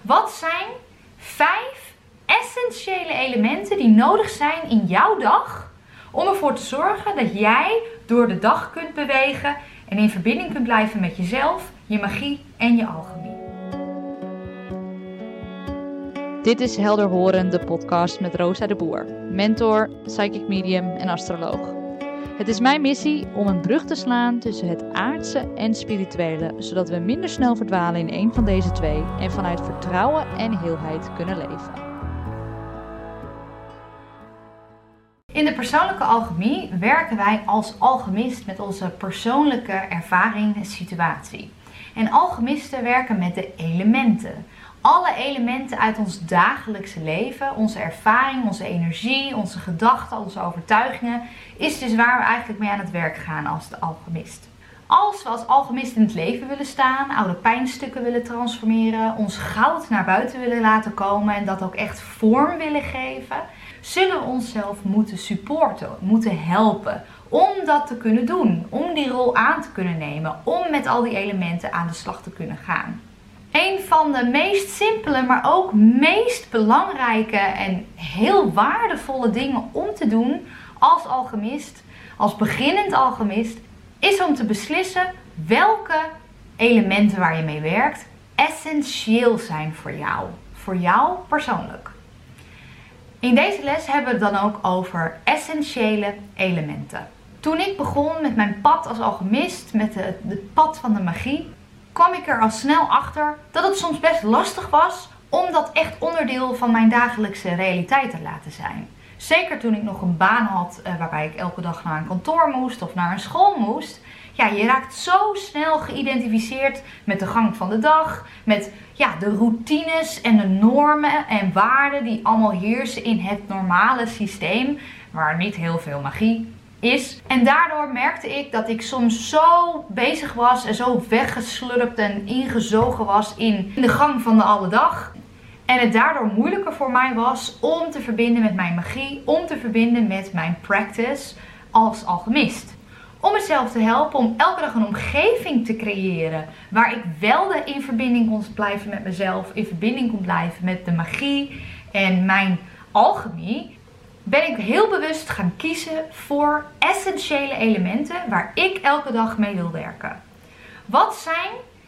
Wat zijn 5 essentiële elementen die nodig zijn in jouw dag om ervoor te zorgen dat jij door de dag kunt bewegen en in verbinding kunt blijven met jezelf, je magie en je alchemie? Dit is Helder Horen, de podcast met Rosa de Boer, mentor, psychic medium en astroloog. Het is mijn missie om een brug te slaan tussen het aardse en spirituele, zodat we minder snel verdwalen in een van deze twee en vanuit vertrouwen en heelheid kunnen leven. In de persoonlijke alchemie werken wij als alchemist met onze persoonlijke ervaring en situatie. En alchemisten werken met de elementen. Alle elementen uit ons dagelijkse leven, onze ervaring, onze energie, onze gedachten, onze overtuigingen, is dus waar we eigenlijk mee aan het werk gaan als de alchemist. Als we als alchemist in het leven willen staan, oude pijnstukken willen transformeren, ons goud naar buiten willen laten komen en dat ook echt vorm willen geven, zullen we onszelf moeten supporten, moeten helpen om dat te kunnen doen, om die rol aan te kunnen nemen, om met al die elementen aan de slag te kunnen gaan. Een van de meest simpele, maar ook meest belangrijke en heel waardevolle dingen om te doen als alchemist, als beginnend alchemist, is om te beslissen welke elementen waar je mee werkt essentieel zijn voor jou persoonlijk. In deze les hebben we het dan ook over essentiële elementen. Toen ik begon met mijn pad als alchemist, met het pad van de magie, kwam ik er al snel achter dat het soms best lastig was om dat echt onderdeel van mijn dagelijkse realiteit te laten zijn. Zeker toen ik nog een baan had waarbij ik elke dag naar een kantoor moest of naar een school moest. Ja, je raakt zo snel geïdentificeerd met de gang van de dag, met de routines en de normen en waarden die allemaal heersen in het normale systeem, waar niet heel veel magie is. En daardoor merkte ik dat ik soms zo bezig was en zo weggeslurpt en ingezogen was in de gang van de alledag. En het daardoor moeilijker voor mij was om te verbinden met mijn magie, om te verbinden met mijn practice als alchemist. Om mezelf te helpen om elke dag een omgeving te creëren waar ik wel in verbinding kon blijven met mezelf, in verbinding kon blijven met de magie en mijn alchemie, ben ik heel bewust gaan kiezen voor essentiële elementen waar ik elke dag mee wil werken. Wat zijn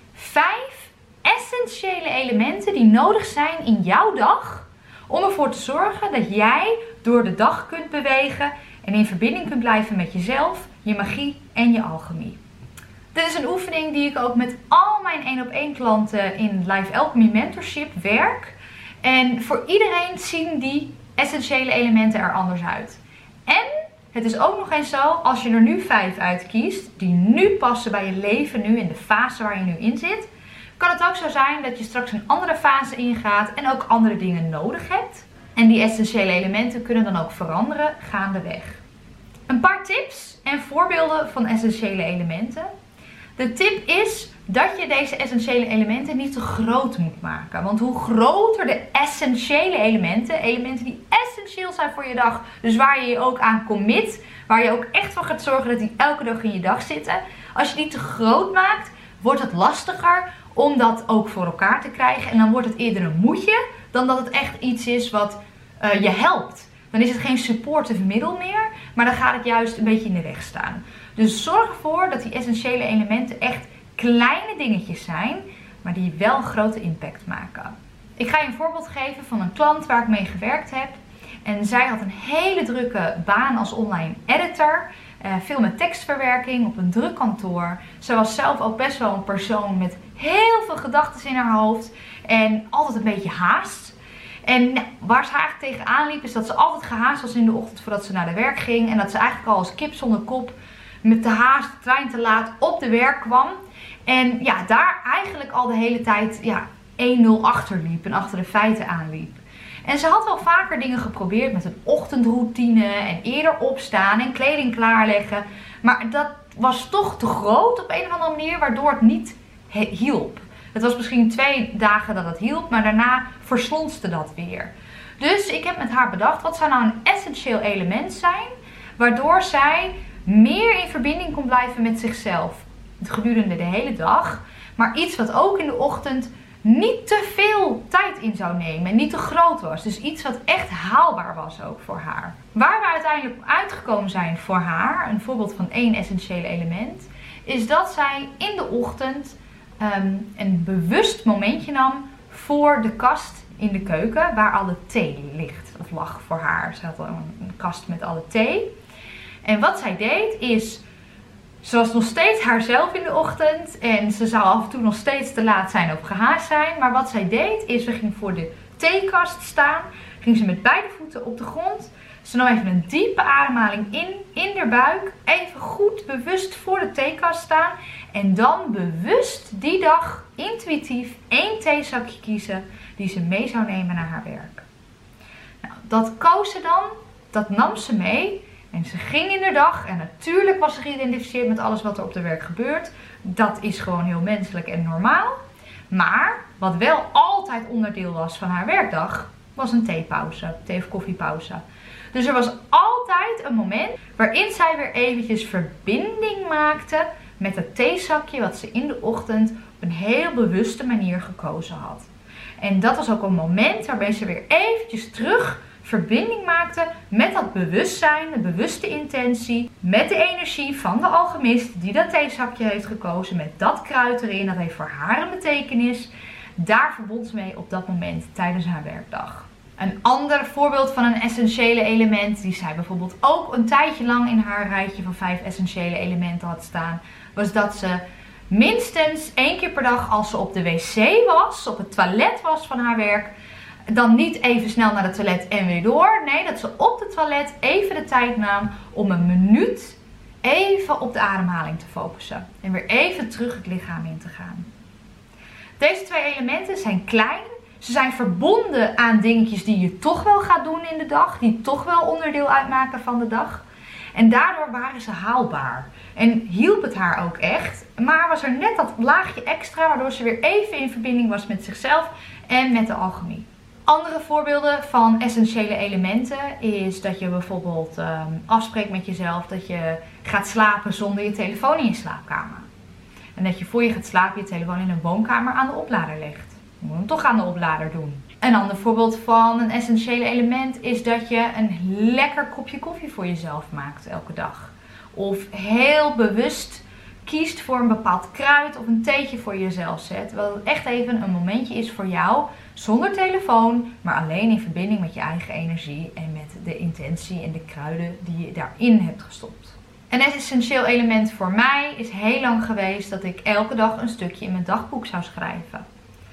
5 essentiële elementen die nodig zijn in jouw dag om ervoor te zorgen dat jij door de dag kunt bewegen en in verbinding kunt blijven met jezelf, je magie en je alchemie? Dit is een oefening die ik ook met al mijn 1-op-1 klanten in Life Alchemy Mentorship werk. En voor iedereen zien die essentiële elementen er anders uit. En het is ook nog eens zo, als je er nu 5 uitkiest, die nu passen bij je leven, nu in de fase waar je nu in zit, kan het ook zo zijn dat je straks een andere fase ingaat en ook andere dingen nodig hebt. En die essentiële elementen kunnen dan ook veranderen gaandeweg. Een paar tips en voorbeelden van essentiële elementen. De tip is dat je deze essentiële elementen niet te groot moet maken. Want hoe groter de essentiële elementen die essentieel zijn voor je dag, dus waar je je ook aan commit, waar je ook echt voor gaat zorgen dat die elke dag in je dag zitten. Als je die te groot maakt, wordt het lastiger om dat ook voor elkaar te krijgen. En dan wordt het eerder een moedje dan dat het echt iets is wat je helpt. Dan is het geen supportive middel meer, maar dan gaat het juist een beetje in de weg staan. Dus zorg ervoor dat die essentiële elementen echt kleine dingetjes zijn, maar die wel een grote impact maken. Ik ga je een voorbeeld geven van een klant waar ik mee gewerkt heb. En zij had een hele drukke baan als online editor. Veel met tekstverwerking op een druk kantoor. Ze was zelf ook best wel een persoon met heel veel gedachten in haar hoofd. En altijd een beetje haast. En waar ze eigenlijk tegenaan liep is dat ze altijd gehaast was in de ochtend voordat ze naar de werk ging. En dat ze eigenlijk al als kip zonder kop met de haast, de trein te laat op de werk kwam. En daar eigenlijk al de hele tijd 1-0 achter liep en achter de feiten aanliep. En ze had wel vaker dingen geprobeerd met een ochtendroutine en eerder opstaan en kleding klaarleggen. Maar dat was toch te groot op een of andere manier, waardoor het niet hielp. Het was misschien 2 dagen dat het hielp, maar daarna verslonste dat weer. Dus ik heb met haar bedacht, wat zou nou een essentieel element zijn, waardoor zij meer in verbinding kon blijven met zichzelf gedurende de hele dag. Maar iets wat ook in de ochtend niet te veel tijd in zou nemen en niet te groot was. Dus iets wat echt haalbaar was ook voor haar. Waar we uiteindelijk uitgekomen zijn voor haar, een voorbeeld van 1 essentiële element, is dat zij in de ochtend een bewust momentje nam voor de kast in de keuken waar alle thee ligt of lag voor haar. Ze had een kast met alle thee. En wat zij deed is, ze was nog steeds haarzelf in de ochtend en ze zou af en toe nog steeds te laat zijn of gehaast zijn. Maar wat zij deed is, we gingen voor de theekast staan, ging ze met beide voeten op de grond. Ze nam even een diepe ademhaling in haar buik, even goed bewust voor de theekast staan. En dan bewust die dag intuïtief 1 theezakje kiezen die ze mee zou nemen naar haar werk. Nou, dat koos ze dan, dat nam ze mee. En ze ging in de dag en natuurlijk was ze geïdentificeerd met alles wat er op de werk gebeurt. Dat is gewoon heel menselijk en normaal. Maar wat wel altijd onderdeel was van haar werkdag, was een theepauze, thee- of koffiepauze. Dus er was altijd een moment waarin zij weer eventjes verbinding maakte met het theezakje wat ze in de ochtend op een heel bewuste manier gekozen had. En dat was ook een moment waarbij ze weer eventjes terug verbinding maakte met dat bewustzijn, de bewuste intentie, met de energie van de alchemist die dat theezakje heeft gekozen, met dat kruid erin, dat heeft voor haar een betekenis. Daar verbond ze mee op dat moment tijdens haar werkdag. Een ander voorbeeld van een essentiële element, die zij bijvoorbeeld ook een tijdje lang in haar rijtje van 5 essentiële elementen had staan, was dat ze minstens 1 keer per dag als ze op de wc was, op het toilet was van haar werk, dan niet even snel naar het toilet en weer door. Nee, dat ze op het toilet even de tijd nam om een minuut even op de ademhaling te focussen. En weer even terug het lichaam in te gaan. Deze 2 elementen zijn klein. Ze zijn verbonden aan dingetjes die je toch wel gaat doen in de dag. Die toch wel onderdeel uitmaken van de dag. En daardoor waren ze haalbaar. En hielp het haar ook echt. Maar was er net dat laagje extra waardoor ze weer even in verbinding was met zichzelf en met de alchemie. Andere voorbeelden van essentiële elementen is dat je bijvoorbeeld afspreekt met jezelf dat je gaat slapen zonder je telefoon in je slaapkamer. En dat je voor je gaat slapen je telefoon in een woonkamer aan de oplader legt. Je moet hem toch aan de oplader doen. Een ander voorbeeld van een essentiële element is dat je een lekker kopje koffie voor jezelf maakt elke dag. Of heel bewust kiest voor een bepaald kruid of een theetje voor jezelf zet. Terwijl het echt even een momentje is voor jou, zonder telefoon, maar alleen in verbinding met je eigen energie en met de intentie en de kruiden die je daarin hebt gestopt. Een essentieel element voor mij is heel lang geweest dat ik elke dag een stukje in mijn dagboek zou schrijven.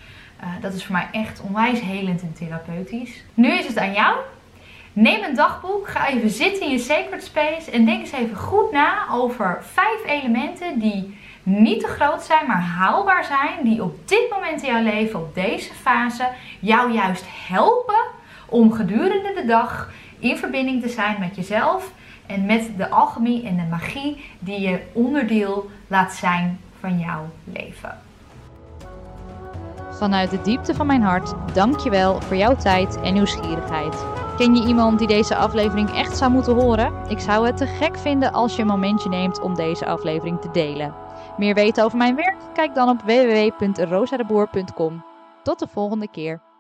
Dat is voor mij echt onwijs helend en therapeutisch. Nu is het aan jou. Neem een dagboek, ga even zitten in je sacred space en denk eens even goed na over 5 elementen die niet te groot zijn, maar haalbaar zijn. Die op dit moment in jouw leven, op deze fase, jou juist helpen om gedurende de dag in verbinding te zijn met jezelf en met de alchemie en de magie die je onderdeel laat zijn van jouw leven. Vanuit de diepte van mijn hart, dankjewel voor jouw tijd en nieuwsgierigheid. Ken je iemand die deze aflevering echt zou moeten horen? Ik zou het te gek vinden als je een momentje neemt om deze aflevering te delen. Meer weten over mijn werk? Kijk dan op www.rosadeboer.com. Tot de volgende keer.